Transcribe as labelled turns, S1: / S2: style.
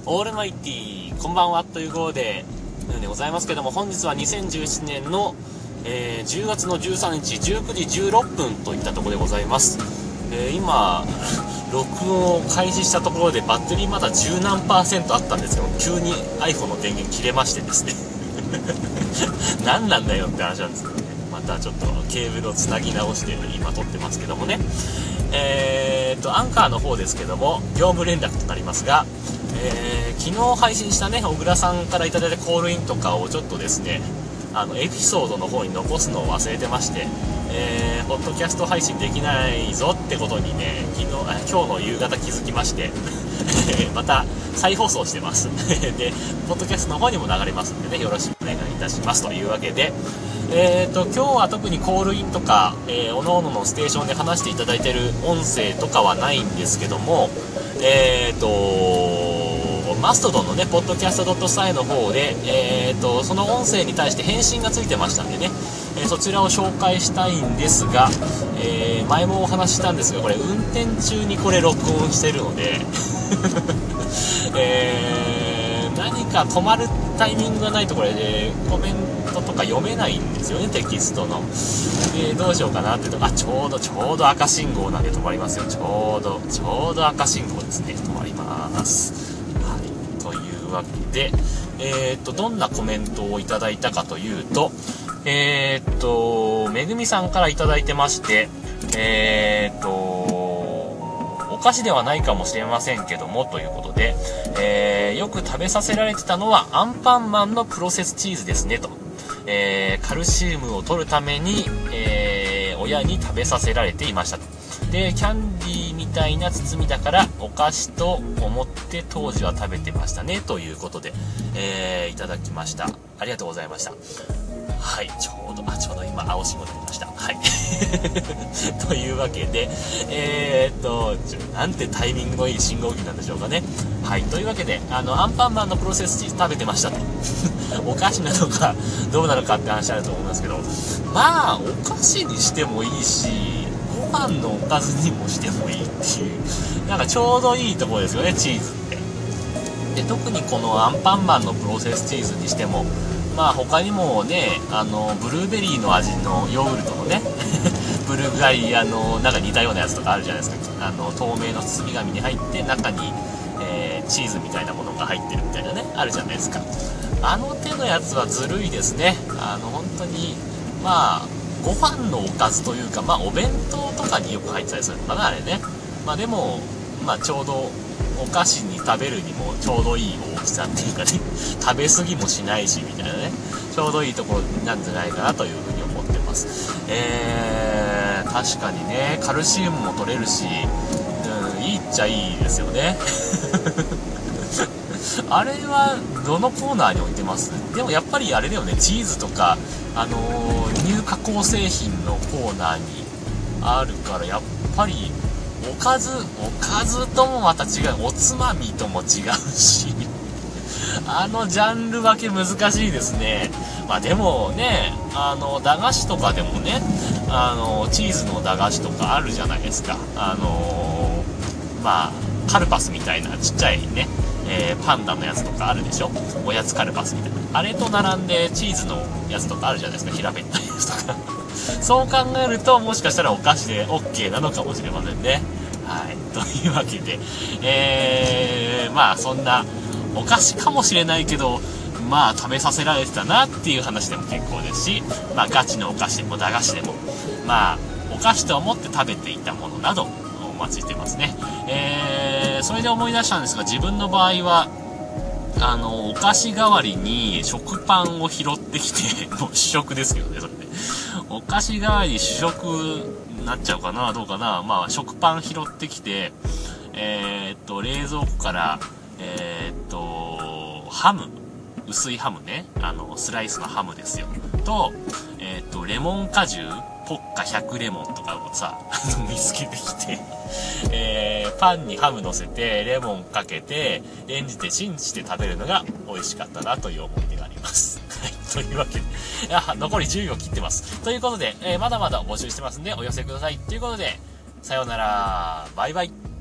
S1: オールマイティーこんばんはという号でございますけども、本日は2017年の、10月の13日19時16分といったところでございます。今録音を開始したところでバッテリーまだ10何%あったんですけど、急に iPhone の電源切れましてですね何なんだよって話なんですけどね、またちょっとケーブルをつなぎ直して今撮ってますけどもね、アンカーの方ですけども業務連絡となりますが、昨日配信したね小倉さんからいただいたコールインとかをちょっとですねエピソードの方に残すのを忘れてまして、ポッドキャスト配信できないぞってことにね今日の夕方気づきましてまた再放送してますでポッドキャストの方にも流れますんでね、よろしくお願いいたしますというわけで、今日は特にコールインとか、各々のステーションで話していただいている音声とかはないんですけども、マストドンのねポッドキャスト .sci の方で、その音声に対して返信がついてましたんでね、そちらを紹介したいんですが、前もお話ししたんですが、これ運転中にこれ録音してるので何か止まるタイミングがないとこれでコメントとか読めないんですよね、テキストの。どうしようかなってと、ちょうど赤信号なんで止まりますよ。ちょうど赤信号ですね。止まります。はい、というわけで、どんなコメントをいただいたかというと、めぐみさんからいただいてまして、お菓子ではないかもしれませんけどもということで、よく食べさせられてたのはアンパンマンのプロセスチーズですねと、カルシウムを取るために、親に食べさせられていましたと。でキャンディーみたいな包みだからお菓子と思って当時は食べてましたねということで、いただきました。ありがとうございました。はい、ちょうど今青信号になりました。はいというわけでなんてタイミングのいい信号機なんでしょうかね。はい、というわけでアンパンマンのプロセスチーズ食べてましたとお菓子なのかどうなのかって話あると思いますけど、まあお菓子にしてもいいしご飯のおかずにもしてもいいっていう、なんかちょうどいいところですよね、チーズって。で特にこのアンパンマンのプロセスチーズにしても、まあ他にもねブルーベリーの味のヨーグルトのねブルーガリなんか似たようなやつとかあるじゃないですか。透明の包み紙に入って中に、チーズみたいなものが入ってるみたいなねあるじゃないですか。あの手のやつはずるいですね。本当にまあご飯のおかずというか、まあお弁当とかによく入ってたりするのかなあれね。まあでもちょうどお菓子に食べるにもちょうどいい大きさっていうかね食べ過ぎもしないしみたいなね、ちょうどいいところなんじゃないかなというふうに思ってます。確かにねカルシウムも取れるし、いいっちゃいいですよねあれはどのコーナーに置いてます？でもやっぱりあれだよね、チーズとか乳加工製品のコーナーにあるから、やっぱりおかずともまた違う、おつまみとも違うしジャンル分け難しいですね。まあでもね駄菓子とかでもねチーズの駄菓子とかあるじゃないですか。まあカルパスみたいなちっちゃいね、パンダのやつとかあるでしょ、おやつカルパスみたいな、あれと並んでチーズのやつとかあるじゃないですか、平べったいやつとかそう考えるともしかしたらお菓子で OK なのかもしれませんね。はい、というわけで、まあそんなお菓子かもしれないけどまあ食べさせられてたなっていう話でも結構ですし、まあガチのお菓子でも駄菓子でもまあお菓子と思って食べていたものなどお待ちしてますね。それで思い出したんですが、自分の場合はお菓子代わりに食パンを拾ってきてもう主食ですけどね、それでお菓子代わりに主食になっちゃうかなどうかな。まあ食パン拾ってきて冷蔵庫からハム、薄いハムね、スライスのハムですよとレモン果汁ポッカ100レモンとかをさ見つけてきてパンにハム乗せてレモンかけてレンジでチンして食べるのが美味しかったなという思い出がありますはい、というわけで残り10秒切ってますということで、まだまだ募集してますんでお寄せくださいということで、さようなら、バイバイ。